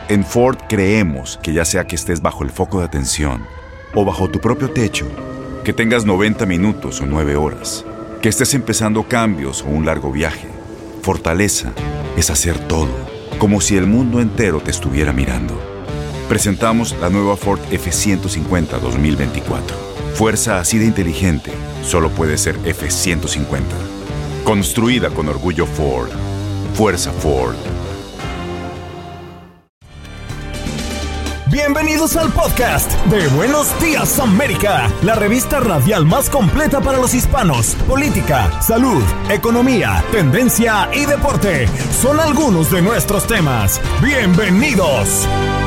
En Ford creemos que ya sea que estés bajo el foco de atención o bajo tu propio techo, que tengas 90 minutos o 9 horas, que estés empezando cambios o un largo viaje, fortaleza es hacer todo, como si el mundo entero te estuviera mirando. Presentamos la nueva Ford F-150 2024. Fuerza así de inteligente solo puede ser F-150. Construida con orgullo Ford. Fuerza Ford. Bienvenidos al podcast de Buenos Días América, la revista radial más completa para los hispanos. Política, salud, economía, tendencia y deporte son algunos de nuestros temas. ¡Bienvenidos!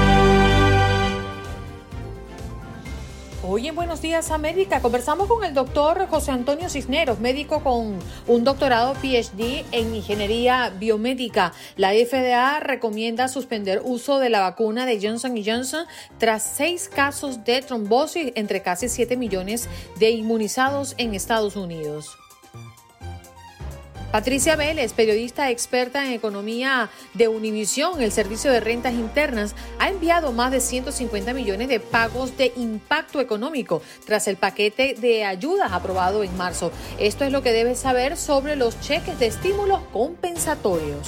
Hoy en Buenos Días América conversamos con el doctor José Antonio Cisneros, médico con un doctorado PhD en ingeniería biomédica. La FDA recomienda suspender uso de la vacuna de Johnson & Johnson tras 6 casos de trombosis entre casi 7 millones de inmunizados en Estados Unidos. Patricia Vélez, periodista experta en economía de Univisión, el Servicio de Rentas Internas, ha enviado más de 150 millones de pagos de impacto económico tras el paquete de ayudas aprobado en marzo. Esto es lo que debes saber sobre los cheques de estímulos compensatorios.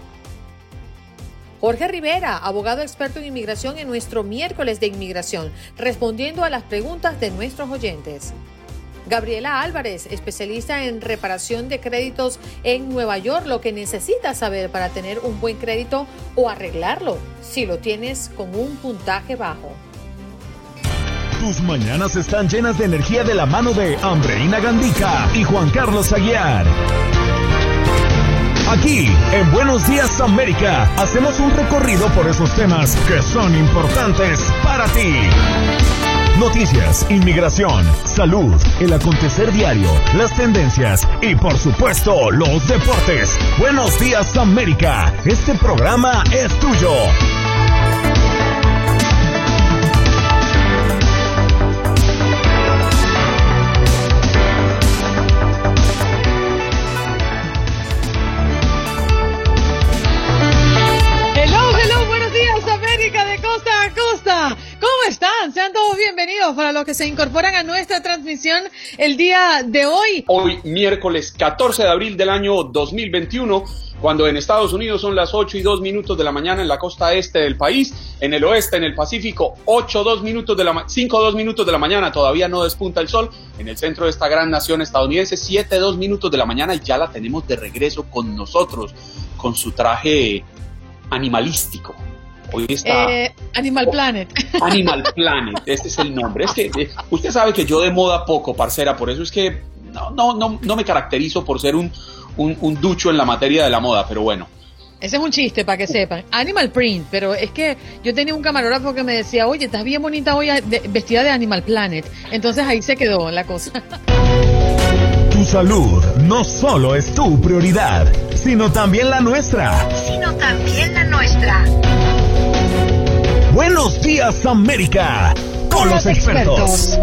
Jorge Rivera, abogado experto en inmigración, en nuestro miércoles de inmigración, respondiendo a las preguntas de nuestros oyentes. Gabriela Álvarez, especialista en reparación de créditos en Nueva York, lo que necesitas saber para tener un buen crédito o arreglarlo si lo tienes con un puntaje bajo. Tus mañanas están llenas de energía de la mano de Andreina Gandica y Juan Carlos Aguiar. Aquí, en Buenos Días América, hacemos un recorrido por esos temas que son importantes para ti. Noticias, inmigración, salud, el acontecer diario, las tendencias y, por supuesto, los deportes. Buenos Días América, este programa es tuyo. Hello, buenos días América de costa a costa. ¿Cómo están? Sean todos bienvenidos para los que se incorporan a nuestra transmisión el día de hoy. Hoy, miércoles 14 de abril del año 2021, cuando en Estados Unidos son las 8:02 de la mañana en la costa este del país, en el oeste, en el Pacífico, 5:02 de la mañana, todavía no despunta el sol, en el centro de esta gran nación estadounidense, 7:02 de la mañana, y ya la tenemos de regreso con nosotros, con su traje animalístico. Hoy está Animal Planet. Animal Planet, este es el nombre. Es que usted sabe que yo de moda poco, parcera, por eso es que no me caracterizo por ser un ducho en la materia de la moda, pero bueno. Ese es un chiste para que sepan. Animal Print, pero es que yo tenía un camarógrafo que me decía, oye, estás bien bonita hoy vestida de Animal Planet. Entonces ahí se quedó la cosa. Tu salud no solo es tu prioridad, sino también la nuestra. Buenos Días América, con los expertos.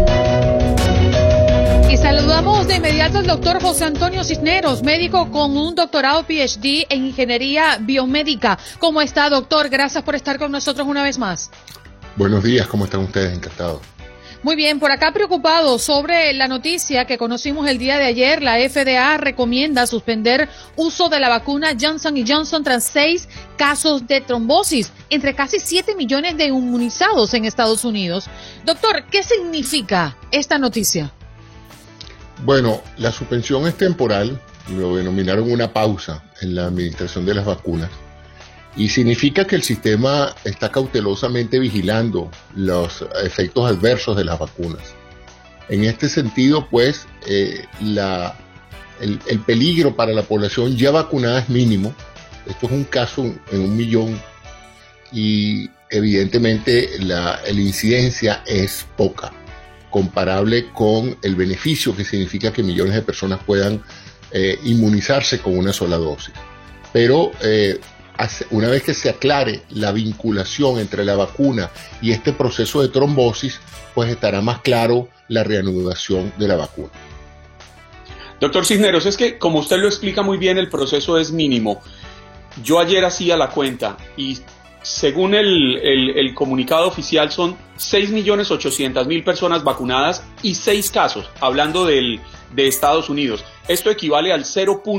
Y saludamos de inmediato al doctor José Antonio Cisneros, médico con un doctorado PhD en ingeniería biomédica. ¿Cómo está, doctor? Gracias por estar con nosotros una vez más. Buenos días, ¿cómo están ustedes? Encantado. Muy bien, por acá preocupado sobre la noticia que conocimos el día de ayer. La FDA recomienda suspender uso de la vacuna Johnson & Johnson tras 6 casos de trombosis entre casi 7 millones de inmunizados en Estados Unidos. Doctor, ¿qué significa esta noticia? Bueno, la suspensión es temporal, lo denominaron una pausa en la administración de las vacunas, y significa que el sistema está cautelosamente vigilando los efectos adversos de las vacunas. En este sentido, pues, el peligro para la población ya vacunada es mínimo. Esto es un caso en 1 millón y evidentemente la incidencia es poca, comparable con el beneficio que significa que millones de personas puedan inmunizarse con una sola dosis. Pero una vez que se aclare la vinculación entre la vacuna y este proceso de trombosis, pues estará más claro la reanudación de la vacuna. Doctor Cisneros, es que como usted lo explica muy bien, el proceso es mínimo. Yo ayer hacía la cuenta y según el comunicado oficial, son 6.800.000 personas vacunadas y 6 casos, hablando de Estados Unidos. Esto equivale al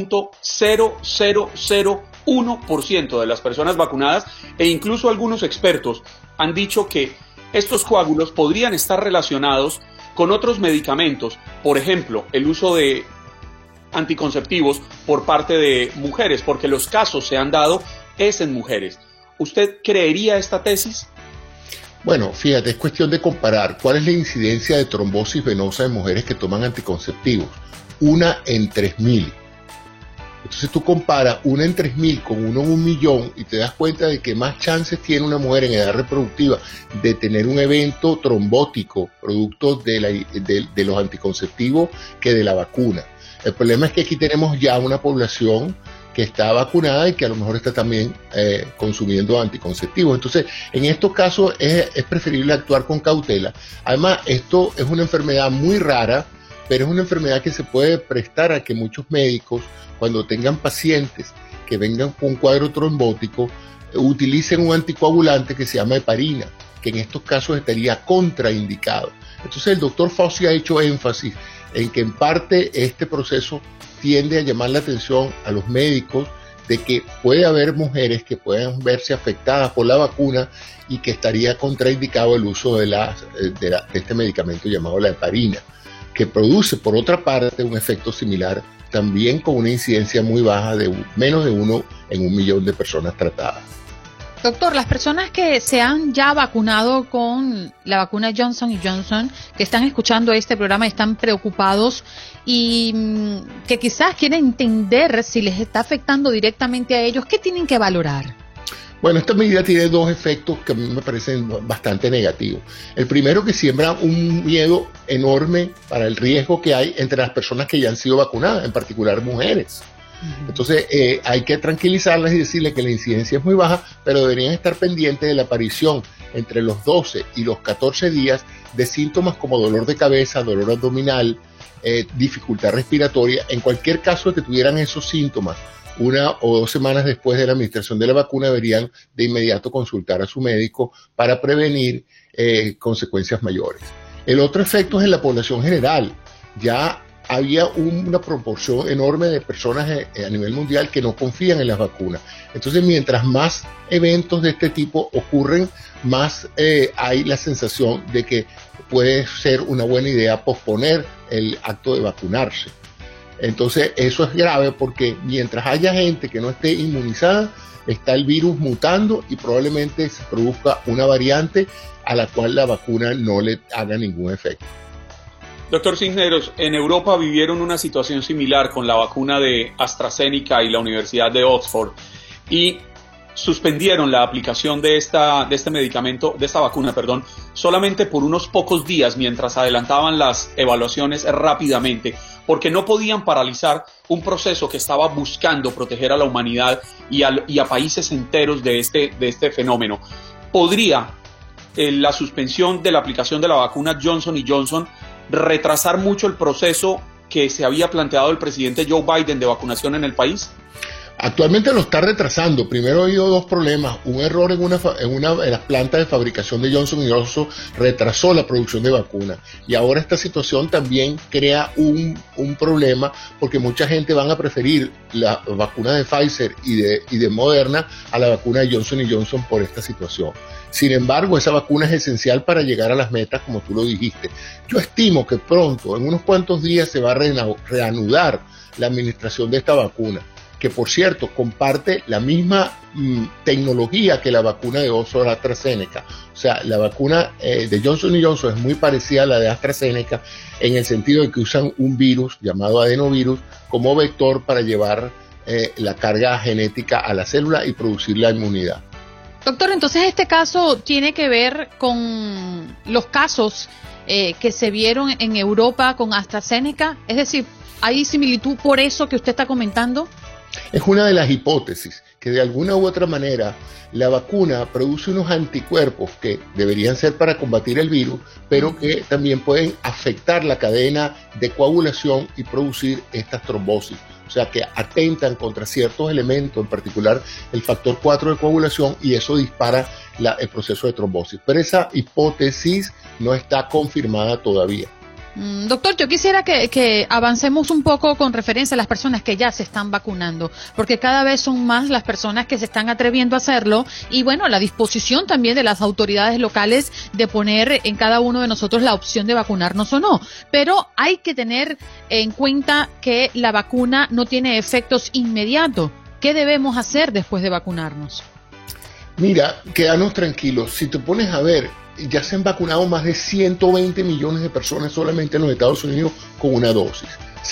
0.0001% de las personas vacunadas, e incluso algunos expertos han dicho que estos coágulos podrían estar relacionados con otros medicamentos, por ejemplo, el uso de anticonceptivos por parte de mujeres, porque los casos se han dado en mujeres. ¿Usted creería esta tesis? Bueno, fíjate, es cuestión de comparar cuál es la incidencia de trombosis venosa en mujeres que toman anticonceptivos. 1 en 3.000. Entonces tú comparas 1 en 3.000 con 1 en 1.000.000 y te das cuenta de que más chances tiene una mujer en edad reproductiva de tener un evento trombótico producto de los anticonceptivos que de la vacuna. El problema es que aquí tenemos ya una población que está vacunada y que a lo mejor está también consumiendo anticonceptivos. Entonces, en estos casos es preferible actuar con cautela. Además, esto es una enfermedad muy rara, pero es una enfermedad que se puede prestar a que muchos médicos, cuando tengan pacientes que vengan con un cuadro trombótico, utilicen un anticoagulante que se llama heparina, que en estos casos estaría contraindicado. Entonces, el doctor Fauci ha hecho énfasis en que en parte este proceso tiende a llamar la atención a los médicos de que puede haber mujeres que puedan verse afectadas por la vacuna y que estaría contraindicado el uso de este medicamento llamado la heparina, que produce por otra parte un efecto similar, también con una incidencia muy baja de menos de 1 en 1.000.000 de personas tratadas. Doctor, las personas que se han ya vacunado con la vacuna Johnson & Johnson, que están escuchando este programa, están preocupados y que quizás quieren entender si les está afectando directamente a ellos, ¿qué tienen que valorar? Bueno, esta medida tiene 2 efectos que a mí me parecen bastante negativos. El primero, que siembra un miedo enorme para el riesgo que hay entre las personas que ya han sido vacunadas, en particular mujeres. Entonces hay que tranquilizarlas y decirles que la incidencia es muy baja, pero deberían estar pendientes de la aparición entre los 12 y los 14 días de síntomas como dolor de cabeza, dolor abdominal, dificultad respiratoria. En cualquier caso de que tuvieran esos síntomas 1 o 2 semanas después de la administración de la vacuna, deberían de inmediato consultar a su médico para prevenir consecuencias mayores. El otro efecto es en la población general. Ya había una proporción enorme de personas a nivel mundial que no confían en las vacunas. Entonces, mientras más eventos de este tipo ocurren, más hay la sensación de que puede ser una buena idea posponer el acto de vacunarse. Entonces, eso es grave porque mientras haya gente que no esté inmunizada, está el virus mutando y probablemente se produzca una variante a la cual la vacuna no le haga ningún efecto. Doctor Cisneros, en Europa vivieron una situación similar con la vacuna de AstraZeneca y la Universidad de Oxford y suspendieron la aplicación de esta vacuna, solamente por unos pocos días mientras adelantaban las evaluaciones rápidamente, porque no podían paralizar un proceso que estaba buscando proteger a la humanidad y a países enteros de este fenómeno. ¿Podría la suspensión de la aplicación de la vacuna Johnson & Johnson retrasar mucho el proceso que se había planteado el presidente Joe Biden de vacunación en el país? Actualmente lo está retrasando. Primero ha habido 2 problemas. Un error en las plantas de fabricación de Johnson & Johnson retrasó la producción de vacunas. Y ahora esta situación también crea un problema porque mucha gente van a preferir la vacuna de Pfizer y de Moderna a la vacuna de Johnson & Johnson por esta situación. Sin embargo, esa vacuna es esencial para llegar a las metas, como tú lo dijiste. Yo estimo que pronto, en unos cuantos días, se va a reanudar la administración de esta vacuna, que por cierto comparte la misma tecnología que la vacuna de Oxford AstraZeneca. O sea, la vacuna de Johnson & Johnson es muy parecida a la de AstraZeneca en el sentido de que usan un virus llamado adenovirus como vector para llevar la carga genética a la célula y producir la inmunidad. Doctor, entonces este caso tiene que ver con los casos que se vieron en Europa con AstraZeneca, es decir, ¿hay similitud por eso que usted está comentando? Es una de las hipótesis, que de alguna u otra manera la vacuna produce unos anticuerpos que deberían ser para combatir el virus, pero que también pueden afectar la cadena de coagulación y producir estas trombosis. O sea que atentan contra ciertos elementos, en particular el factor 4 de coagulación, y eso dispara el proceso de trombosis. Pero esa hipótesis no está confirmada todavía. Doctor, yo quisiera que avancemos un poco con referencia a las personas que ya se están vacunando, porque cada vez son más las personas que se están atreviendo a hacerlo y bueno, la disposición también de las autoridades locales de poner en cada uno de nosotros la opción de vacunarnos o no. Pero hay que tener en cuenta que la vacuna no tiene efectos inmediatos. ¿Qué debemos hacer después de vacunarnos? Mira, quédanos tranquilos. Si te pones a ver, ya se han vacunado más de 120 millones de personas solamente en los Estados Unidos con una dosis,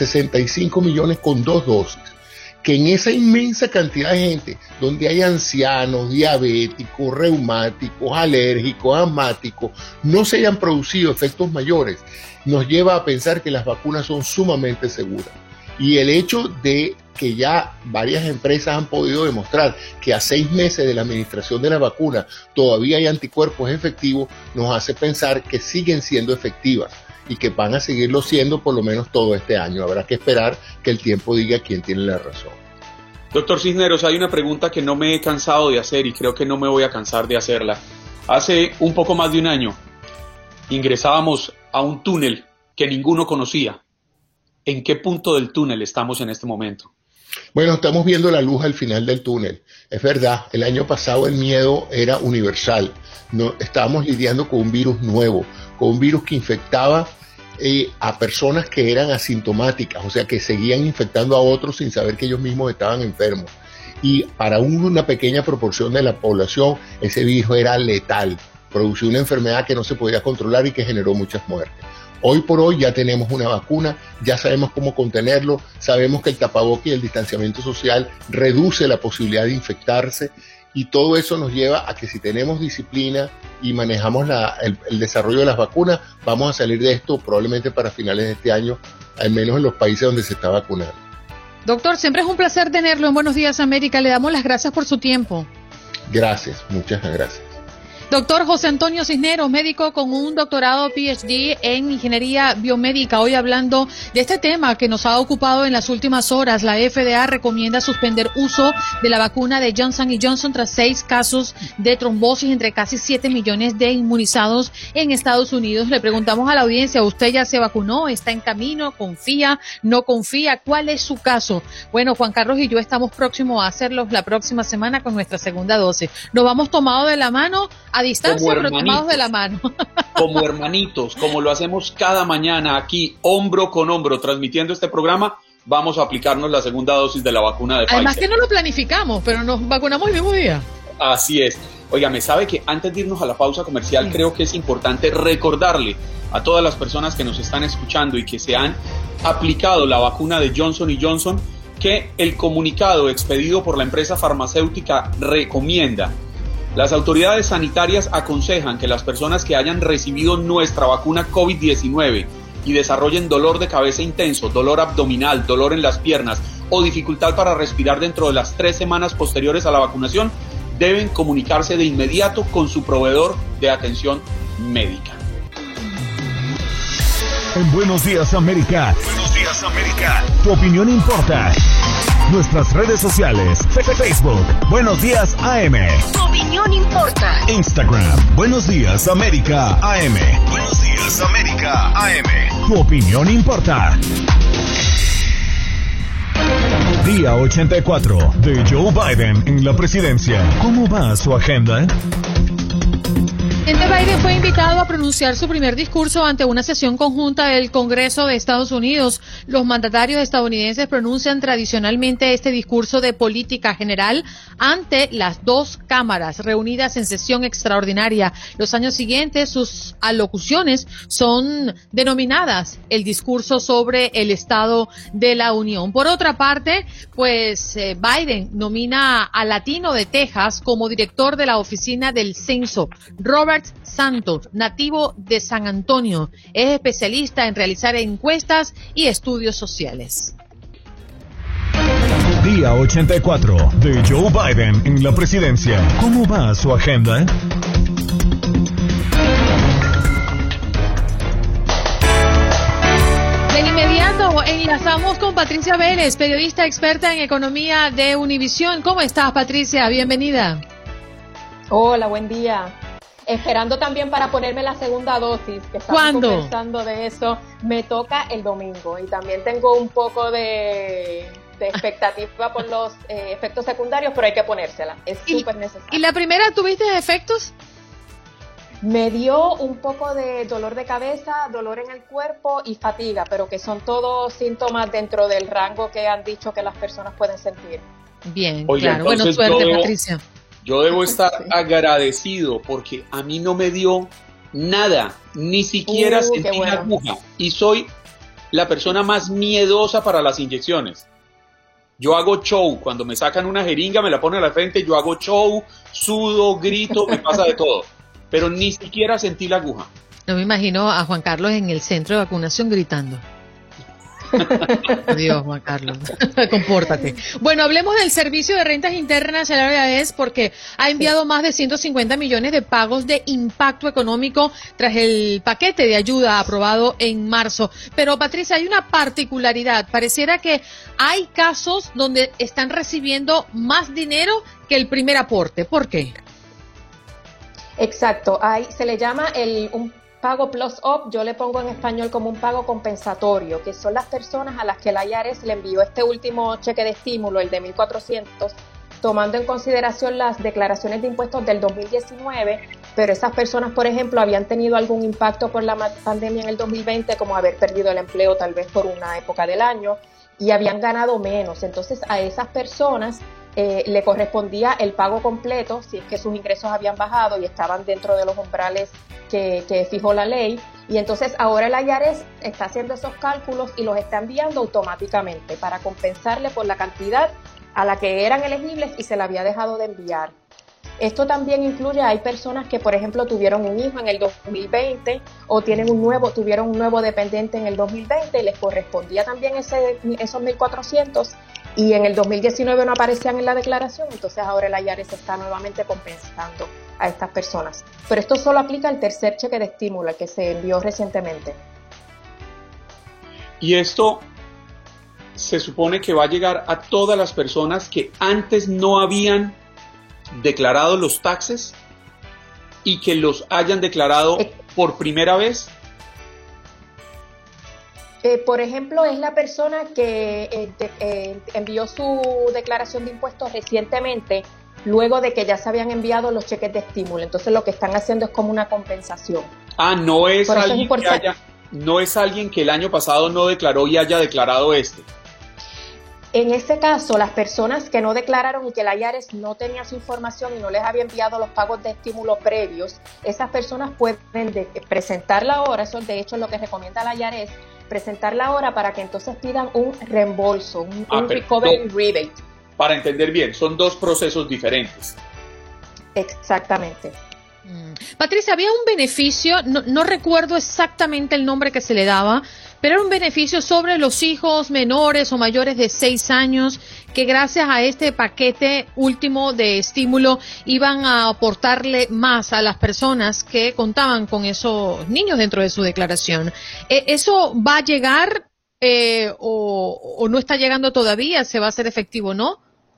65 millones con 2 dosis. Que en esa inmensa cantidad de gente, donde hay ancianos, diabéticos, reumáticos, alérgicos, asmáticos, no se hayan producido efectos mayores, nos lleva a pensar que las vacunas son sumamente seguras. Y el hecho de que ya varias empresas han podido demostrar que a 6 meses de la administración de la vacuna todavía hay anticuerpos efectivos, nos hace pensar que siguen siendo efectivas y que van a seguirlo siendo por lo menos todo este año. Habrá que esperar que el tiempo diga quién tiene la razón. Doctor Cisneros, hay una pregunta que no me he cansado de hacer y creo que no me voy a cansar de hacerla. Hace un poco más de un año ingresábamos a un túnel que ninguno conocía. ¿En qué punto del túnel estamos en este momento? Bueno, estamos viendo la luz al final del túnel. Es verdad, el año pasado el miedo era universal. No, estábamos lidiando con un virus nuevo, con un virus que infectaba a personas que eran asintomáticas, o sea, que seguían infectando a otros sin saber que ellos mismos estaban enfermos. Y para una pequeña proporción de la población, ese virus era letal, producía una enfermedad que no se podía controlar y que generó muchas muertes. Hoy por hoy ya tenemos una vacuna, ya sabemos cómo contenerlo, sabemos que el tapaboca y el distanciamiento social reduce la posibilidad de infectarse y todo eso nos lleva a que si tenemos disciplina y manejamos el desarrollo de las vacunas, vamos a salir de esto probablemente para finales de este año, al menos en los países donde se está vacunando. Doctor, siempre es un placer tenerlo en Buenos Días América, le damos las gracias por su tiempo. Gracias, muchas gracias. Doctor José Antonio Cisneros, médico con un doctorado PhD en ingeniería biomédica, hoy hablando de este tema que nos ha ocupado en las últimas horas. La FDA recomienda suspender uso de la vacuna de Johnson & Johnson tras 6 casos de trombosis entre casi 7 millones de inmunizados en Estados Unidos. Le preguntamos a la audiencia, ¿usted ya se vacunó? ¿Está en camino? ¿Confía? ¿No confía? ¿Cuál es su caso? Bueno, Juan Carlos y yo estamos próximos a hacerlo la próxima semana con nuestra segunda dosis. Nos vamos tomados de la mano, a distancia, pero tomados de la mano. Como hermanitos, como lo hacemos cada mañana aquí, hombro con hombro, transmitiendo este programa, vamos a aplicarnos la segunda dosis de la vacuna de Pfizer. Además que no lo planificamos, pero nos vacunamos el mismo día. Así es. Oiga, me sabe que antes de irnos a la pausa comercial, creo que es importante recordarle a todas las personas que nos están escuchando y que se han aplicado la vacuna de Johnson & Johnson, que el comunicado expedido por la empresa farmacéutica recomienda. Las autoridades sanitarias aconsejan que las personas que hayan recibido nuestra vacuna COVID-19 y desarrollen dolor de cabeza intenso, dolor abdominal, dolor en las piernas o dificultad para respirar dentro de las 3 semanas posteriores a la vacunación, deben comunicarse de inmediato con su proveedor de atención médica. En Buenos Días América. Buenos Días América. Tu opinión importa. Nuestras redes sociales. Facebook. Buenos Días AM. Tu opinión importa. Instagram. Buenos Días América AM. Buenos Días América AM. Tu opinión importa. Día 84 de Joe Biden en la presidencia. ¿Cómo va su agenda? El presidente Biden fue invitado a pronunciar su primer discurso ante una sesión conjunta del Congreso de Estados Unidos. Los mandatarios estadounidenses pronuncian tradicionalmente este discurso de política general ante las 2 cámaras reunidas en sesión extraordinaria. Los años siguientes, sus alocuciones son denominadas el discurso sobre el Estado de la Unión. Por otra parte, Biden nomina a Latino de Texas como director de la oficina del censo. Robert Santos, nativo de San Antonio, es especialista en realizar encuestas y estudios sociales. Día 84 de Joe Biden en la presidencia. ¿Cómo va su agenda? De inmediato Bueno, enlazamos con Patricia Vélez, periodista experta en economía de Univisión. ¿Cómo estás, Patricia? Bienvenida. Hola, buen día. Esperando también para ponerme la segunda dosis, que estamos conversando de eso. Me toca el domingo y también tengo un poco de expectativa por los efectos secundarios, pero hay que ponérsela. Es súper necesario. ¿Y la primera tuviste efectos? Me dio un poco de dolor de cabeza, dolor en el cuerpo y fatiga, pero que son todos síntomas dentro del rango que han dicho que las personas pueden sentir. Bien, oye, claro. Bueno, suerte, Patricia. Yo debo estar agradecido porque a mí no me dio nada, ni siquiera sentí la aguja. Y soy la persona más miedosa para las inyecciones. Yo hago show, cuando me sacan una jeringa, me la ponen a la frente, yo hago show, sudo, grito, me pasa de todo. Pero ni siquiera sentí la aguja. No me imagino a Juan Carlos en el centro de vacunación gritando. Dios, Juan Carlos, compórtate. Bueno, hablemos del Servicio de Rentas Internas, el IRS, porque ha enviado más de 150 millones de pagos de impacto económico tras el paquete de ayuda aprobado en marzo. Pero, Patricia, hay una particularidad. Pareciera que hay casos donde están recibiendo más dinero que el primer aporte. ¿Por qué? Exacto, se le llama un pago plus up, yo le pongo en español como un pago compensatorio, que son las personas a las que el IRS le envió este último cheque de estímulo, el de 1.400, tomando en consideración las declaraciones de impuestos del 2019, pero esas personas, por ejemplo, habían tenido algún impacto por la pandemia en el 2020, como haber perdido el empleo tal vez por una época del año, y habían ganado menos. Entonces, a esas personas le correspondía el pago completo si es que sus ingresos habían bajado y estaban dentro de los umbrales que fijó la ley, y entonces ahora el IRS está haciendo esos cálculos y los está enviando automáticamente para compensarle por la cantidad a la que eran elegibles y se la había dejado de enviar. Esto también incluye, hay personas que, por ejemplo, tuvieron un hijo en el 2020 o tuvieron un nuevo dependiente en el 2020 y les correspondía también esos 1.400 y en el 2019 no aparecían en la declaración, entonces ahora el IRS está nuevamente compensando a estas personas. Pero esto solo aplica al tercer cheque de estímulo, el que se envió recientemente. Y esto se supone que va a llegar a todas las personas que antes no habían declarado los taxes y que los hayan declarado por primera vez. Por ejemplo, es la persona que envió su declaración de impuestos recientemente, luego de que ya se habían enviado los cheques de estímulo. Entonces lo que están haciendo es como una compensación. No es alguien que el año pasado no declaró y haya declarado este. En ese caso, las personas que no declararon y que el IRS no tenía su información y no les había enviado los pagos de estímulo previos, esas personas pueden presentarla ahora, eso de hecho es lo que recomienda el IRS, presentarla ahora para que entonces pidan un reembolso, un recovery rebate. Para entender bien, son dos procesos diferentes. Exactamente. Patricia, había un beneficio, no recuerdo exactamente el nombre que se le daba, pero era un beneficio sobre los hijos menores o mayores de 6 años que gracias a este paquete último de estímulo iban a aportarle más a las personas que contaban con esos niños dentro de su declaración. ¿Eso va a llegar o no está llegando todavía? ¿Se va a hacer efectivo, no?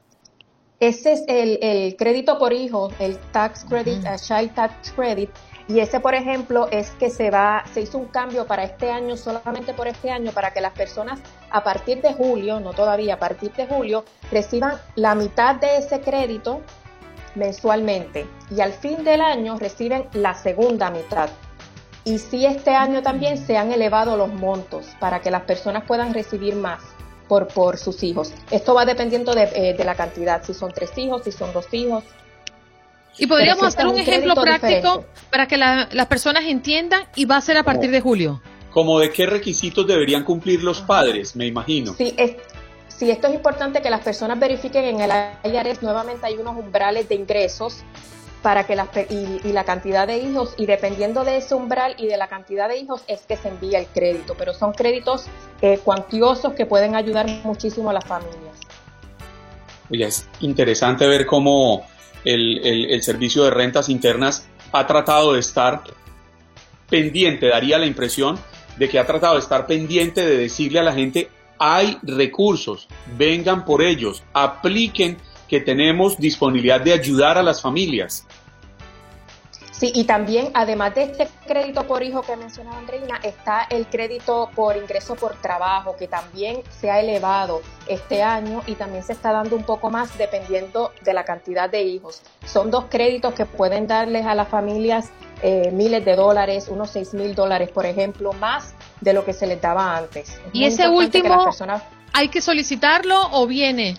Ese es el crédito por hijo, el tax credit, child tax credit, y ese, por ejemplo, es que se hizo un cambio para este año, solamente por este año, para que las personas a partir de julio, no todavía, a partir de julio, reciban la mitad de ese crédito mensualmente, y al fin del año reciben la segunda mitad. Y sí, este año también se han elevado los montos para que las personas puedan recibir más por sus hijos. Esto va dependiendo de la cantidad, si son 3 hijos, si son 2 hijos. Y podríamos hacer un ejemplo práctico para que las personas entiendan, y va a ser a partir de julio. ¿Cómo de qué requisitos deberían cumplir los padres, me imagino? Sí, esto es importante que las personas verifiquen en el IRS. Nuevamente hay unos umbrales de ingresos para que y la cantidad de hijos, y dependiendo de ese umbral y de la cantidad de hijos es que se envía el crédito, pero son créditos cuantiosos que pueden ayudar muchísimo a las familias. Oye, es interesante ver cómo el Servicio de Rentas Internas ha tratado de estar pendiente, daría la impresión de que ha tratado de estar pendiente de decirle a la gente Hay recursos, vengan por ellos, apliquen, que tenemos disponibilidad de ayudar a las familias. Sí, y también, además de este crédito por hijo que mencionaba Andreina, está el crédito por ingreso por trabajo, que también se ha elevado este año y también se está dando un poco más dependiendo de la cantidad de hijos. Son 2 créditos que pueden darles a las familias miles de dólares, unos $6,000, por ejemplo, más de lo que se les daba antes. ¿Y ese último hay que solicitarlo o viene?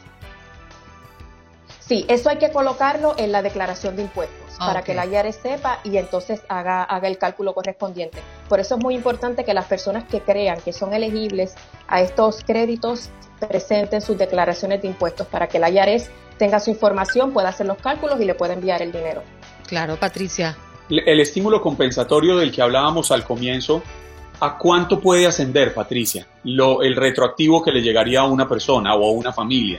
Sí, eso hay que colocarlo en la declaración de impuestos para que la IRS sepa y entonces haga el cálculo correspondiente. Por eso es muy importante que las personas que crean que son elegibles a estos créditos presenten sus declaraciones de impuestos para que la IRS tenga su información, pueda hacer los cálculos y le pueda enviar el dinero. Claro, Patricia. El estímulo compensatorio del que hablábamos al comienzo, ¿a cuánto puede ascender, Patricia? El retroactivo que le llegaría a una persona o a una familia.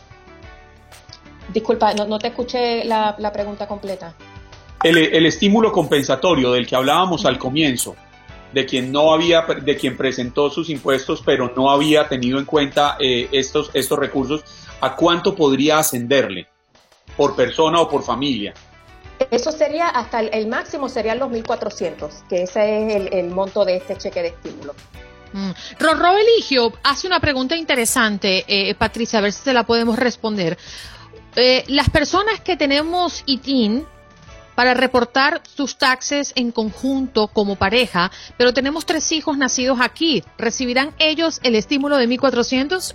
Disculpa, no te escuché la pregunta completa. El estímulo compensatorio del que hablábamos al comienzo, de quien presentó sus impuestos pero no había tenido en cuenta estos recursos, ¿a cuánto podría ascenderle por persona o por familia? Eso sería hasta el máximo serían los 1,400, que ese es el monto de este cheque de estímulo. Rorró Eligio hace una pregunta interesante, Patricia, a ver si se la podemos responder. Las personas que tenemos ITIN para reportar sus taxes en conjunto como pareja, pero tenemos 3 hijos nacidos aquí, ¿recibirán ellos el estímulo de 1,400?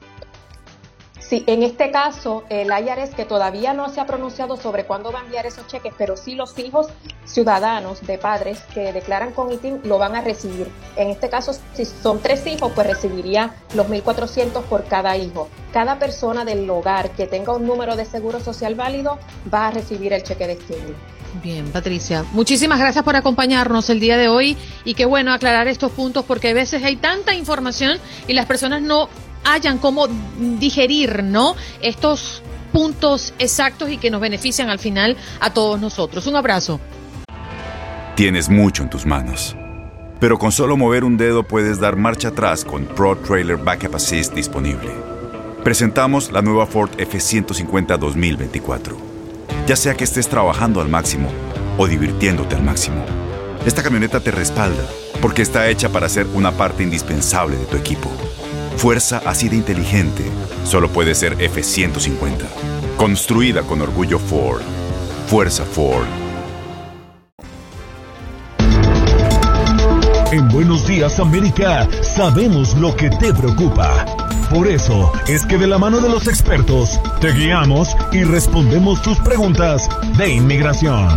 Sí, en este caso, el IRS, que todavía no se ha pronunciado sobre cuándo va a enviar esos cheques, pero sí los hijos ciudadanos de padres que declaran con ITIN lo van a recibir. En este caso, si son 3 hijos, pues recibiría los 1,400 por cada hijo. Cada persona del hogar que tenga un número de seguro social válido va a recibir el cheque de estímulo. Bien, Patricia, muchísimas gracias por acompañarnos el día de hoy y qué bueno aclarar estos puntos porque a veces hay tanta información y las personas no hayan cómo digerir, ¿no?, estos puntos exactos y que nos benefician al final a todos nosotros. Un abrazo. Tienes mucho en tus manos, pero con solo mover un dedo puedes dar marcha atrás con Pro Trailer Backup Assist disponible. Presentamos la nueva Ford F-150 2024. Ya sea que estés trabajando al máximo o divirtiéndote al máximo, esta camioneta te respalda porque está hecha para ser una parte indispensable de tu equipo. Fuerza así de inteligente solo puede ser F-150. Construida con orgullo Ford. Fuerza Ford. En Buenos Días América sabemos lo que te preocupa. Por eso es que de la mano de los expertos te guiamos y respondemos tus preguntas de inmigración.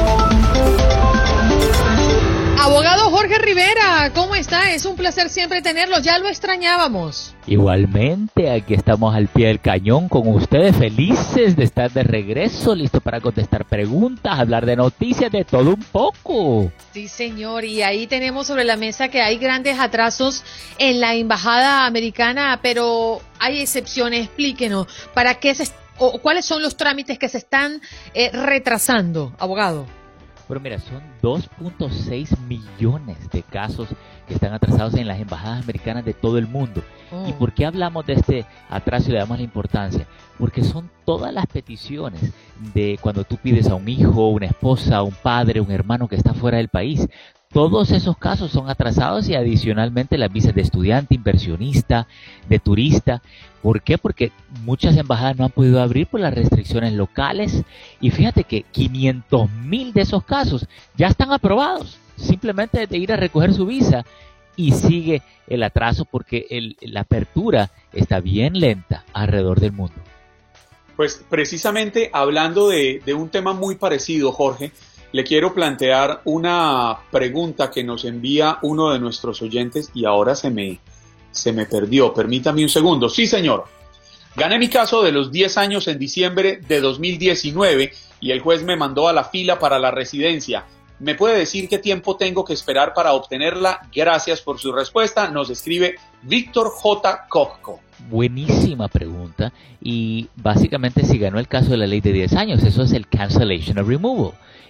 Abogado Jorge Rivera, ¿cómo está? Es un placer siempre tenerlo, ya lo extrañábamos. Igualmente, aquí estamos al pie del cañón con ustedes, felices de estar de regreso, listos para contestar preguntas, hablar de noticias, de todo un poco. Sí, señor, y ahí tenemos sobre la mesa que hay grandes atrasos en la embajada americana, pero hay excepciones, explíquenos, ¿cuáles son los trámites que se están retrasando, abogado? Pero mira, son 2.6 millones de casos que están atrasados en las embajadas americanas de todo el mundo. ¿Y por qué hablamos de este atraso y le damos la importancia? Porque son todas las peticiones de cuando tú pides a un hijo, una esposa, un padre, un hermano que está fuera del país. Todos esos casos son atrasados y adicionalmente las visas de estudiante, inversionista, de turista. ¿Por qué? Porque muchas embajadas no han podido abrir por las restricciones locales y fíjate que 500,000 de esos casos ya están aprobados. Simplemente de ir a recoger su visa y sigue el atraso porque la apertura está bien lenta alrededor del mundo. Pues precisamente hablando de un tema muy parecido, Jorge, le quiero plantear una pregunta que nos envía uno de nuestros oyentes y ahora se me perdió. Permítame un segundo. Sí, señor. Gané mi caso de los 10 años en diciembre de 2019 y el juez me mandó a la fila para la residencia. ¿Me puede decir qué tiempo tengo que esperar para obtenerla? Gracias por su respuesta. Nos escribe Víctor J. Cocco. Buenísima pregunta y básicamente si ganó el caso de la ley de 10 años, eso es el cancellation of removal.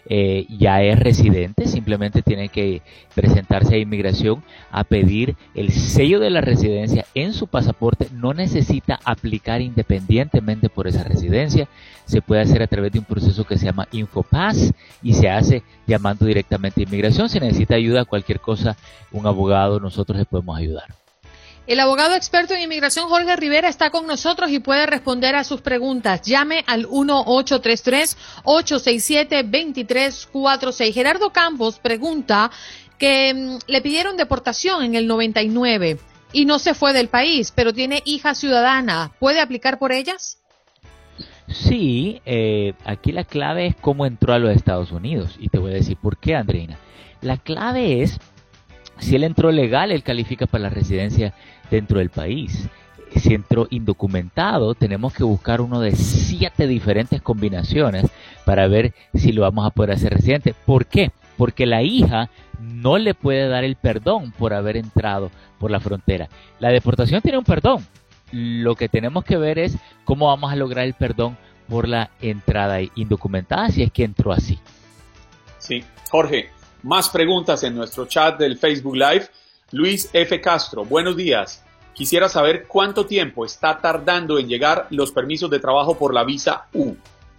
ya es residente, simplemente tiene que presentarse a inmigración a pedir el sello de la residencia en su pasaporte. No necesita aplicar independientemente por esa residencia, se puede hacer a través de un proceso que se llama InfoPass y se hace llamando directamente a inmigración. Si necesita ayuda, cualquier cosa, un abogado, nosotros le podemos ayudar. El abogado experto en inmigración Jorge Rivera está con nosotros y puede responder a sus preguntas. Llame al 1-833-867-2346. Gerardo Campos pregunta que le pidieron deportación en el 99 y no se fue del país, pero tiene hija ciudadana. ¿Puede aplicar por ellas? Sí, aquí la clave es cómo entró a los Estados Unidos. Y te voy a decir por qué, Andreina. La clave es, si él entró legal, él califica para la residencia dentro del país. Si entró indocumentado, tenemos que buscar uno de 7 diferentes combinaciones para ver si lo vamos a poder hacer residente. ¿Por qué? Porque la hija no le puede dar el perdón por haber entrado por la frontera. La deportación tiene un perdón. Lo que tenemos que ver es cómo vamos a lograr el perdón por la entrada indocumentada, si es que entró así. Sí, Jorge. Más preguntas en nuestro chat del Facebook Live. Luis F. Castro, buenos días. Quisiera saber cuánto tiempo está tardando en llegar los permisos de trabajo por la visa U.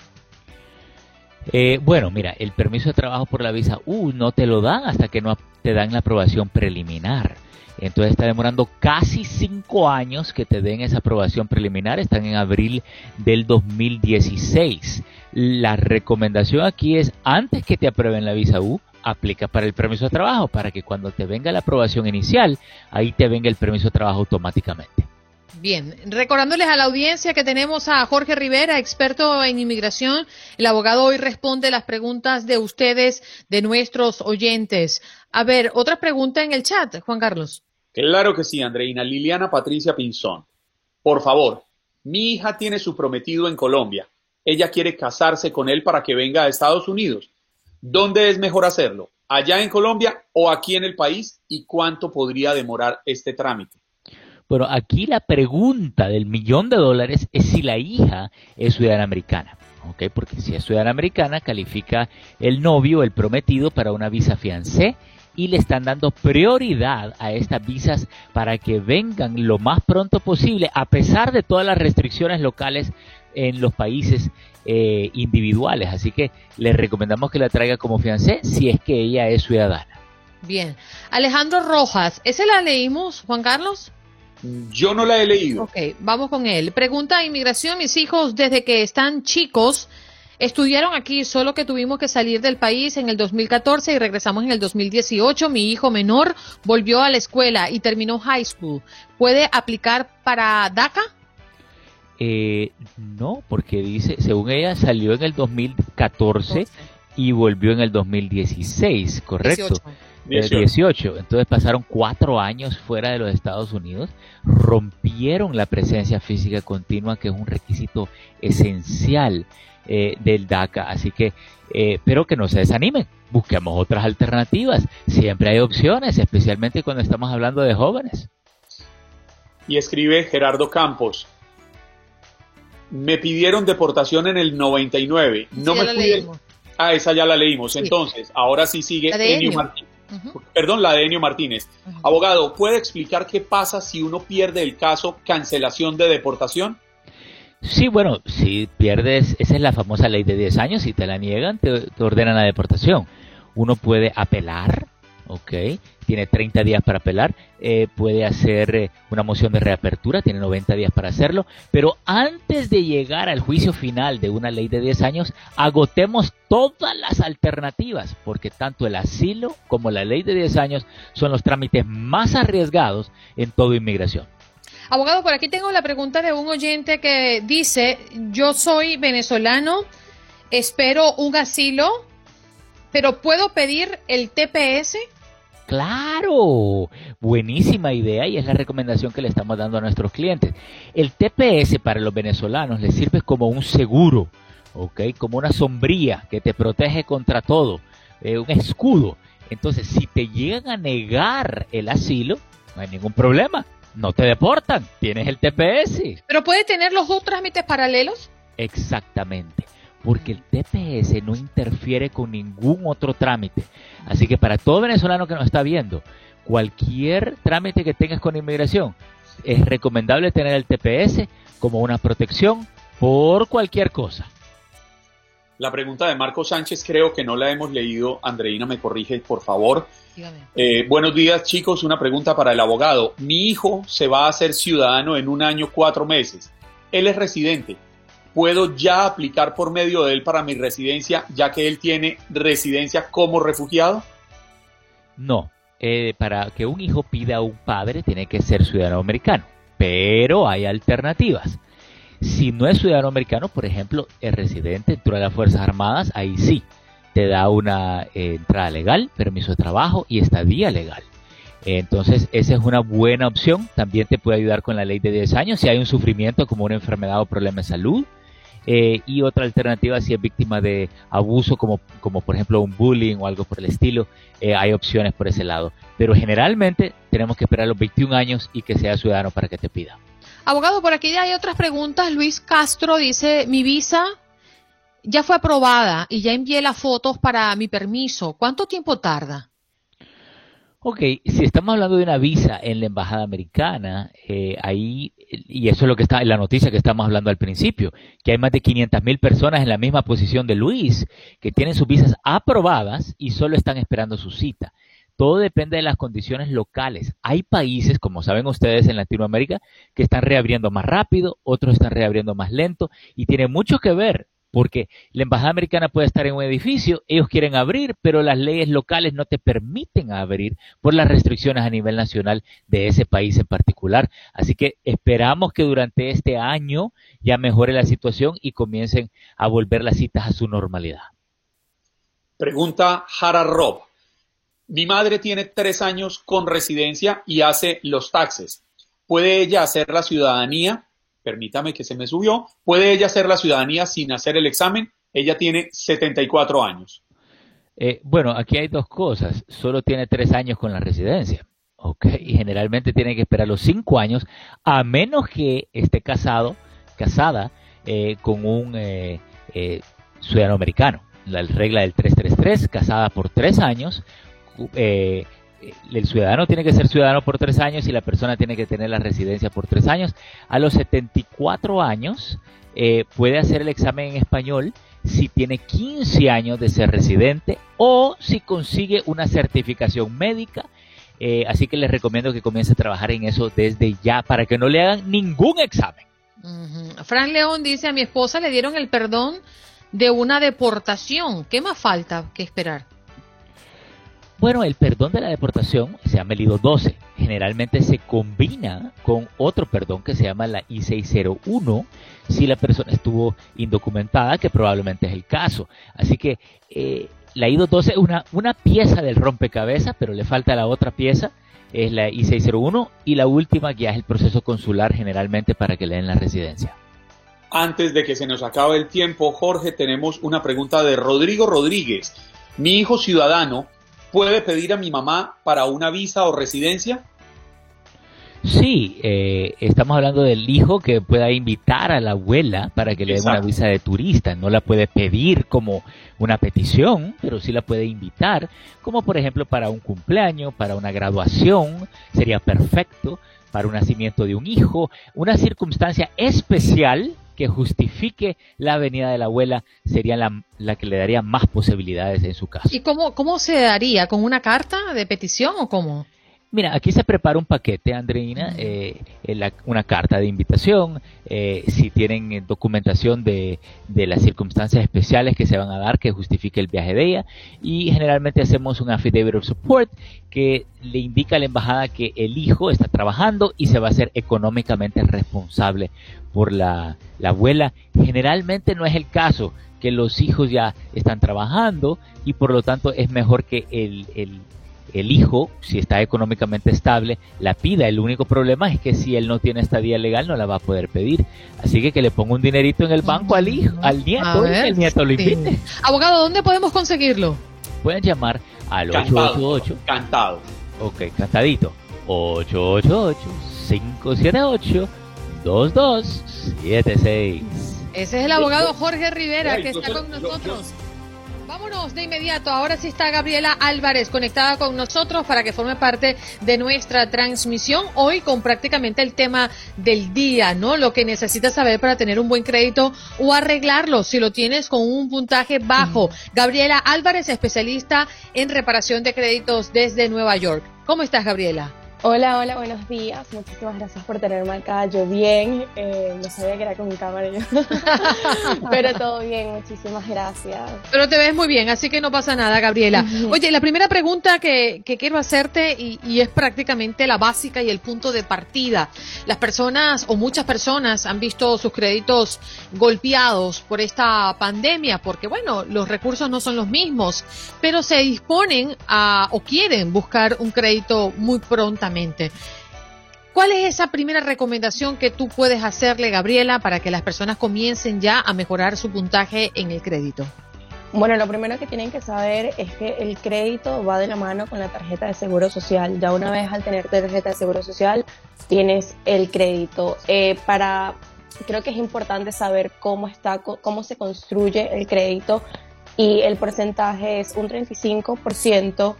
Bueno, mira, el permiso de trabajo por la visa U no te lo dan hasta que no te dan la aprobación preliminar. Entonces está demorando casi 5 años que te den esa aprobación preliminar. Están en abril del 2016. La recomendación aquí es, antes que te aprueben la visa U, aplica para el permiso de trabajo, para que cuando te venga la aprobación inicial, ahí te venga el permiso de trabajo automáticamente. Bien, recordándoles a la audiencia que tenemos a Jorge Rivera, experto en inmigración. El abogado hoy responde las preguntas de ustedes, de nuestros oyentes. A ver, otra pregunta en el chat, Juan Carlos. Claro que sí, Andreina. Liliana Patricia Pinzón. Por favor, mi hija tiene su prometido en Colombia. Ella quiere casarse con él para que venga a Estados Unidos. ¿Dónde es mejor hacerlo? ¿Allá en Colombia o aquí en el país? ¿Y cuánto podría demorar este trámite? Bueno, aquí la pregunta del $1.000.000 es si la hija es ciudadana americana. ¿Okay? Porque si es ciudadana americana, califica el novio, el prometido, para una visa fiancé y le están dando prioridad a estas visas para que vengan lo más pronto posible, a pesar de todas las restricciones locales en los países individuales. Así que le recomendamos que la traiga como fiancé si es que ella es ciudadana. Bien. Alejandro Rojas, ¿ese la leímos, Juan Carlos? Yo no la he leído. Ok, vamos con él. Pregunta a inmigración: mis hijos desde que están chicos estudiaron aquí, solo que tuvimos que salir del país en el 2014 y regresamos en el 2018. Mi hijo menor volvió a la escuela y terminó high school. ¿Puede aplicar para DACA? No, porque dice, según ella, salió en el 2014 y volvió en el 2016, ¿correcto? 18. Entonces pasaron 4 años fuera de los Estados Unidos, rompieron la presencia física continua, que es un requisito esencial del DACA. Así que, pero que no se desanimen, busquemos otras alternativas. Siempre hay opciones, especialmente cuando estamos hablando de jóvenes. Y escribe Gerardo Campos: me pidieron deportación en el 99. No me pude... Ah, esa ya la leímos. Sí. Entonces, ahora sí sigue Enio Martínez. Perdón, la de Enio Martínez. Abogado, ¿puede explicar qué pasa si uno pierde el caso cancelación de deportación? Sí, bueno, si pierdes, esa es la famosa ley de 10 años. Si te la niegan, te ordenan la deportación. Uno puede apelar, ¿ok? Tiene 30 días para apelar, puede hacer una moción de reapertura, tiene 90 días para hacerlo, pero antes de llegar al juicio final de una ley de 10 años, agotemos todas las alternativas, porque tanto el asilo como la ley de 10 años son los trámites más arriesgados en toda inmigración. Abogado, por aquí tengo la pregunta de un oyente que dice: yo soy venezolano, espero un asilo, pero ¿puedo pedir el TPS? ¡Claro! Buenísima idea, y es la recomendación que le estamos dando a nuestros clientes. El TPS para los venezolanos les sirve como un seguro, ¿ok? Como una sombría que te protege contra todo, un escudo. Entonces, si te llegan a negar el asilo, no hay ningún problema, no te deportan, tienes el TPS. ¿Pero puede tener los dos trámites paralelos? Exactamente. porque el TPS no interfiere con ningún otro trámite. Así que para todo venezolano que nos está viendo, cualquier trámite que tengas con inmigración, es recomendable tener el TPS como una protección por cualquier cosa. La pregunta de Marco Sánchez creo que no la hemos leído. Andreina, me corrige, por favor. Buenos días, chicos. Una pregunta para el abogado. Mi hijo se va a hacer ciudadano en 1 año 4 meses. Él es residente. ¿Puedo ya aplicar por medio de él para mi residencia, ya que él tiene residencia como refugiado? No. Para que un hijo pida a un padre, tiene que ser ciudadano americano. Pero hay alternativas. Si no es ciudadano americano, por ejemplo, es residente dentro de las Fuerzas Armadas, ahí sí, te da una entrada legal, permiso de trabajo y estadía legal. Entonces, esa es una buena opción. También te puede ayudar con la ley de 10 años si hay un sufrimiento como una enfermedad o problema de salud. Y otra alternativa, si es víctima de abuso, como por ejemplo un bullying o algo por el estilo, hay opciones por ese lado. Pero generalmente tenemos que esperar los 21 años y que sea ciudadano para que te pida. Abogado, por aquí ya hay otras preguntas. Luis Castro dice, mi visa ya fue aprobada y ya envié las fotos para mi permiso. ¿Cuánto tiempo tarda? Ok, si estamos hablando de una visa en la embajada americana, ahí, y eso es lo que está en la noticia que estamos hablando al principio, que hay más de 500,000 personas en la misma posición de Luis, que tienen sus visas aprobadas y solo están esperando su cita. Todo depende de las condiciones locales. Hay países, como saben ustedes en Latinoamérica, que están reabriendo más rápido, otros están reabriendo más lento, y tiene mucho que ver, porque la embajada americana puede estar en un edificio, ellos quieren abrir, pero las leyes locales no te permiten abrir por las restricciones a nivel nacional de ese país en particular. Así que esperamos que durante este año ya mejore la situación y comiencen a volver las citas a su normalidad. Pregunta Jara Rob. Mi madre tiene 3 años con residencia y hace los taxes. ¿Puede ella hacer la ciudadanía? Permítame que se me subió. ¿Puede ella hacer la ciudadanía sin hacer el examen? Ella tiene 74 años. Bueno, aquí hay 2 cosas. Solo tiene 3 años con la residencia. Okay. Y generalmente tiene que esperar los 5 años, a menos que esté casada con un ciudadano americano. La regla del 333, casada por 3 años. El ciudadano tiene que ser ciudadano por 3 años y la persona tiene que tener la residencia por 3 años. A los 74 años puede hacer el examen en español si tiene 15 años de ser residente o si consigue una certificación médica. Así que les recomiendo que comience a trabajar en eso desde ya para que no le hagan ningún examen. Fran León dice, a mi esposa le dieron el perdón de una deportación. ¿Qué más falta que esperar? Bueno, el perdón de la deportación se llama el I-212. Generalmente se combina con otro perdón que se llama la I-601 si la persona estuvo indocumentada, que probablemente es el caso. Así que la I-212 es una pieza del rompecabezas, pero le falta la otra pieza, es la I-601, y la última que ya es el proceso consular generalmente para que le den la residencia. Antes de que se nos acabe el tiempo, Jorge, tenemos una pregunta de Rodrigo Rodríguez. Mi hijo ciudadano, ¿puede pedir a mi mamá para una visa o residencia? Sí, estamos hablando del hijo que pueda invitar a la abuela para que le den una visa de turista. No la puede pedir como una petición, pero sí la puede invitar, como por ejemplo para un cumpleaños, para una graduación, sería perfecto, para un nacimiento de un hijo, una circunstancia especial que justifique la venida de la abuela sería la que le daría más posibilidades en su caso. ¿Y cómo se daría? ¿Con una carta de petición o cómo? Mira, aquí se prepara un paquete, Andreina, una carta de invitación, si tienen documentación de las circunstancias especiales que se van a dar que justifique el viaje de ella, y generalmente hacemos un affidavit of support que le indica a la embajada que el hijo está trabajando y se va a hacer económicamente responsable por la abuela. Generalmente no es el caso, que los hijos ya están trabajando y por lo tanto es mejor que el hijo, si está económicamente estable, la pida. El único problema es que si él no tiene estadía legal no la va a poder pedir. Así que le ponga un dinerito en el banco al nieto y que el nieto lo invite. Abogado, ¿dónde podemos conseguirlo? Pueden llamar al 888. Cantado. Ok, cantadito. 888-578-2276. Ese es el abogado Jorge Rivera, que está con nosotros. Vámonos de inmediato. Ahora sí está Gabriela Álvarez conectada con nosotros para que forme parte de nuestra transmisión hoy con prácticamente el tema del día, ¿no? Lo que necesitas saber para tener un buen crédito o arreglarlo si lo tienes con un puntaje bajo. Gabriela Álvarez, especialista en reparación de créditos desde Nueva York. ¿Cómo estás, Gabriela? Hola, buenos días. Muchísimas gracias por tenerme acá. Yo bien, no sabía que era con mi cámara yo. Pero todo bien, muchísimas gracias. Pero te ves muy bien, así que no pasa nada, Gabriela. Oye, la primera pregunta que quiero hacerte y es prácticamente la básica y el punto de partida. Las personas o muchas personas han visto sus créditos golpeados por esta pandemia porque, bueno, los recursos no son los mismos, pero se disponen o quieren buscar un crédito muy prontamente. ¿Cuál es esa primera recomendación que tú puedes hacerle, Gabriela, para que las personas comiencen ya a mejorar su puntaje en el crédito? Bueno, lo primero que tienen que saber es que el crédito va de la mano con la tarjeta de seguro social. Ya una vez al tener tarjeta de seguro social, tienes el crédito. Creo que es importante saber cómo se construye el crédito, y el porcentaje es un 35%.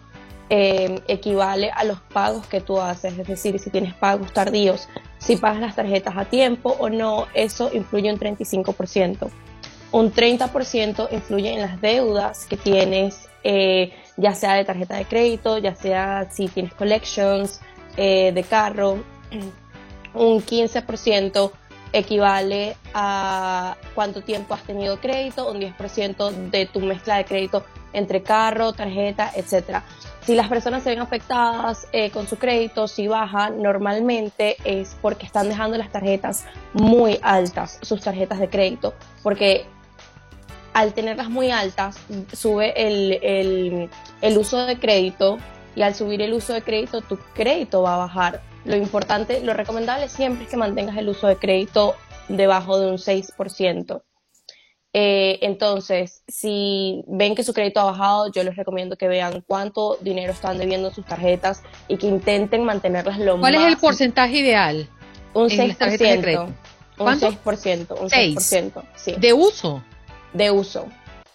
Equivale a los pagos que tú haces, es decir, si tienes pagos tardíos, si pagas las tarjetas a tiempo o no, eso influye un 35%. Un 30% influye en las deudas que tienes, ya sea de tarjeta de crédito, ya sea si tienes collections de carro. Un 15% equivale a cuánto tiempo has tenido crédito, un 10% de tu mezcla de crédito entre carro, tarjeta, etcétera. Si las personas se ven afectadas con su crédito, si baja, normalmente es porque están dejando las tarjetas muy altas, sus tarjetas de crédito, porque al tenerlas muy altas sube el uso de crédito, y al subir el uso de crédito tu crédito va a bajar. Lo importante, lo recomendable siempre es que mantengas el uso de crédito debajo de un 6%. Entonces, si ven que su crédito ha bajado, yo les recomiendo que vean cuánto dinero están debiendo en sus tarjetas y que intenten mantenerlas lo más. ¿Cuál es el porcentaje ideal? Un 6%. ¿Cuánto? Un 6%. Sí. ¿De uso? De uso.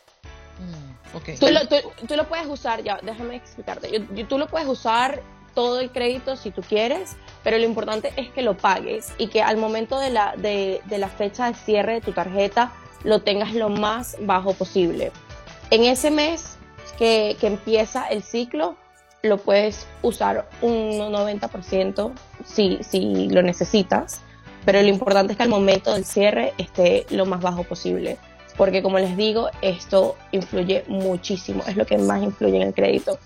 Okay. Tú lo puedes usar, ya, déjame explicarte. Tú lo puedes usar todo el crédito si tú quieres, pero lo importante es que lo pagues y que al momento de la fecha de cierre de tu tarjeta lo tengas lo más bajo posible. En ese mes que empieza el ciclo, lo puedes usar un 90% si lo necesitas, pero lo importante es que al momento del cierre esté lo más bajo posible, porque como les digo, esto influye muchísimo, es lo que más influye en el crédito.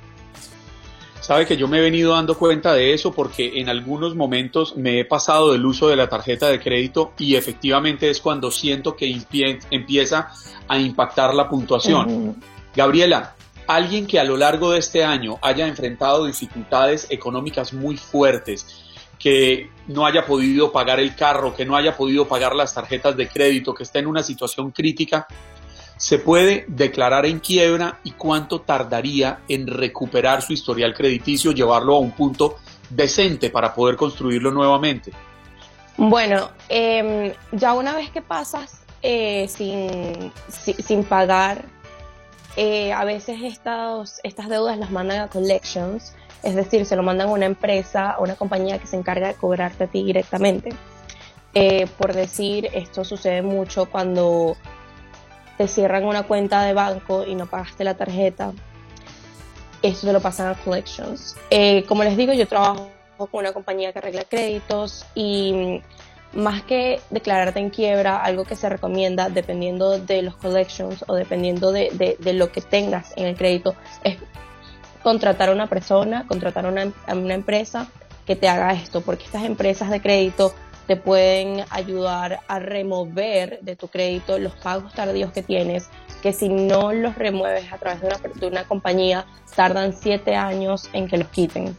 Sabe que yo me he venido dando cuenta de eso porque en algunos momentos me he pasado del uso de la tarjeta de crédito y efectivamente es cuando siento que empieza a impactar la puntuación. Gabriela, alguien que a lo largo de este año haya enfrentado dificultades económicas muy fuertes, que no haya podido pagar el carro, que no haya podido pagar las tarjetas de crédito, que está en una situación crítica, ¿se puede declarar en quiebra y cuánto tardaría en recuperar su historial crediticio, llevarlo a un punto decente para poder construirlo nuevamente? Bueno, ya una vez que pasas sin pagar, a veces estas deudas las mandan a collections, es decir, se lo mandan a una empresa, a una compañía que se encarga de cobrarte a ti directamente. Por decir, esto sucede mucho cuando te cierran una cuenta de banco y no pagaste la tarjeta. Esto te lo pasan a collections. Como les digo, yo trabajo con una compañía que arregla créditos y más que declararte en quiebra, algo que se recomienda dependiendo de los collections o dependiendo de lo que tengas en el crédito es contratar a una persona, a una empresa que te haga esto, porque estas empresas de crédito te pueden ayudar a remover de tu crédito los pagos tardíos que tienes, que si no los remueves a través de una compañía, tardan 7 años en que los quiten.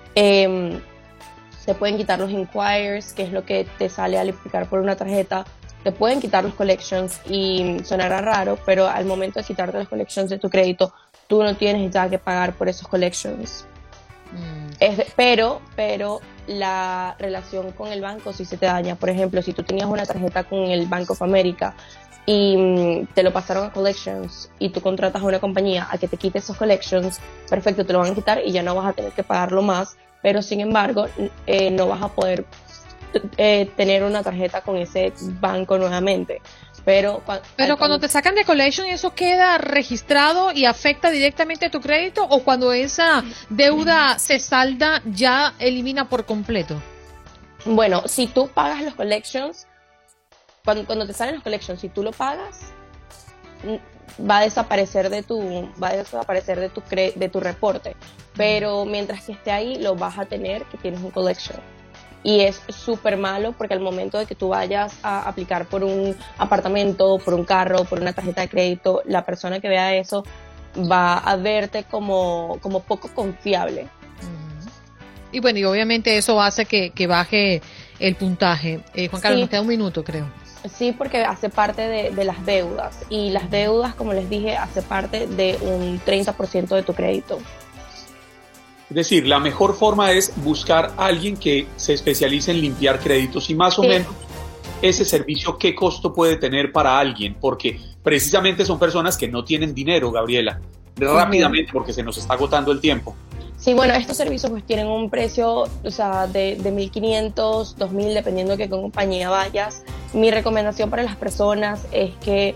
Te pueden quitar los inquires, que es lo que te sale al aplicar por una tarjeta. Te pueden quitar los collections y sonará raro, pero al momento de quitarte los collections de tu crédito, tú no tienes ya que pagar por esos collections. Pero la relación con el banco si se te daña. Por ejemplo, si tú tenías una tarjeta con el Bank of America y te lo pasaron a Collections y tú contratas a una compañía a que te quite esos Collections, perfecto, te lo van a quitar y ya no vas a tener que pagarlo más, pero sin embargo no vas a poder tener una tarjeta con ese banco nuevamente. Pero cuando te sacan de Collection, ¿eso queda registrado y afecta directamente a tu crédito? ¿O cuando esa deuda se salda, ya elimina por completo? Bueno, si tú pagas los Collections, cuando te salen los Collections, si tú lo pagas, va a desaparecer de tu reporte. Pero mientras que esté ahí, lo vas a tener que tienes un Collection. Y es súper malo porque al momento de que tú vayas a aplicar por un apartamento, por un carro, por una tarjeta de crédito, la persona que vea eso va a verte como poco confiable. Y bueno, y obviamente eso hace que baje el puntaje. Juan Carlos, Sí. nos queda un minuto, creo. Sí, porque hace parte de las deudas. Y las deudas, como les dije, hace parte de un 30% de tu crédito. Es decir, la mejor forma es buscar a alguien que se especialice en limpiar créditos y más o Sí. menos ese servicio, ¿qué costo puede tener para alguien? Porque precisamente son personas que no tienen dinero, Gabriela. Rápidamente, porque se nos está agotando el tiempo. Sí, bueno, estos servicios pues tienen un precio, o sea, de 1.500, 2.000, dependiendo de qué compañía vayas. Mi recomendación para las personas es que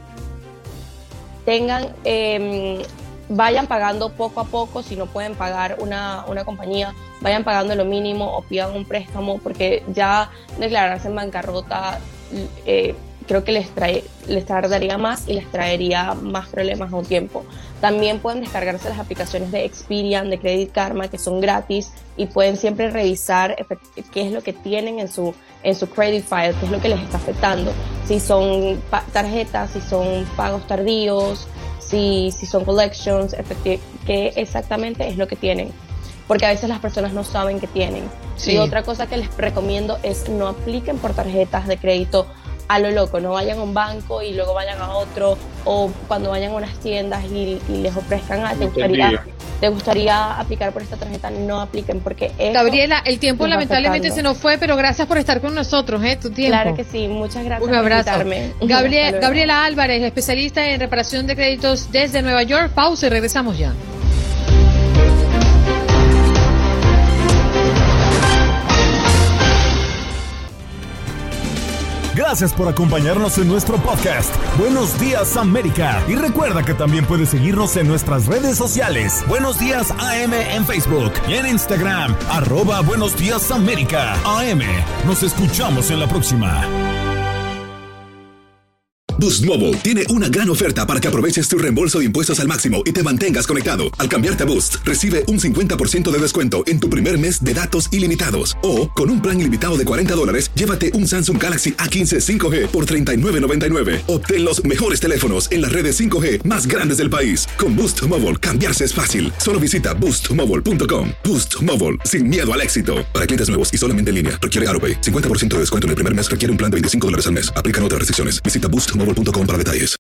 vayan pagando poco a poco. Si no pueden pagar una compañía, vayan pagando lo mínimo o pidan un préstamo, porque ya declararse en bancarrota creo que les tardaría más y les traería más problemas a un tiempo. También pueden descargarse las aplicaciones de Experian, de Credit Karma, que son gratis, y pueden siempre revisar qué es lo que tienen en su credit file, qué es lo que les está afectando. Si son tarjetas, si son pagos tardíos, si son collections, qué exactamente es lo que tienen. Porque a veces las personas no saben que tienen. Sí. Y otra cosa que les recomiendo es no apliquen por tarjetas de crédito a lo loco, no vayan a un banco y luego vayan a otro, o cuando vayan a unas tiendas y les ofrezcan, ¿te gustaría aplicar por esta tarjeta? No apliquen, porque Gabriela, el tiempo lamentablemente afectando. se nos fue, pero gracias por estar con nosotros, tu tiempo. Claro que sí, muchas gracias Un abrazo. por invitarme. Gabriela Álvarez, especialista en reparación de créditos desde Nueva York. Pausa y regresamos ya. Gracias por acompañarnos en nuestro podcast. Buenos Días América. Y recuerda que también puedes seguirnos en nuestras redes sociales. Buenos Días AM en Facebook y en Instagram. @Buenos Días América AM. Nos escuchamos en la próxima. Boost Mobile tiene una gran oferta para que aproveches tu reembolso de impuestos al máximo y te mantengas conectado. Al cambiarte a Boost, recibe un 50% de descuento en tu primer mes de datos ilimitados. O, con un plan ilimitado de $40, llévate un Samsung Galaxy A15 5G por $39.99. Obtén los mejores teléfonos en las redes 5G más grandes del país. Con Boost Mobile, cambiarse es fácil. Solo visita boostmobile.com. Boost Mobile, sin miedo al éxito. Para clientes nuevos y solamente en línea, requiere AroPay. 50% de descuento en el primer mes requiere un plan de $25 al mes. Aplican otras restricciones. Visita boostmobile.com para detalles.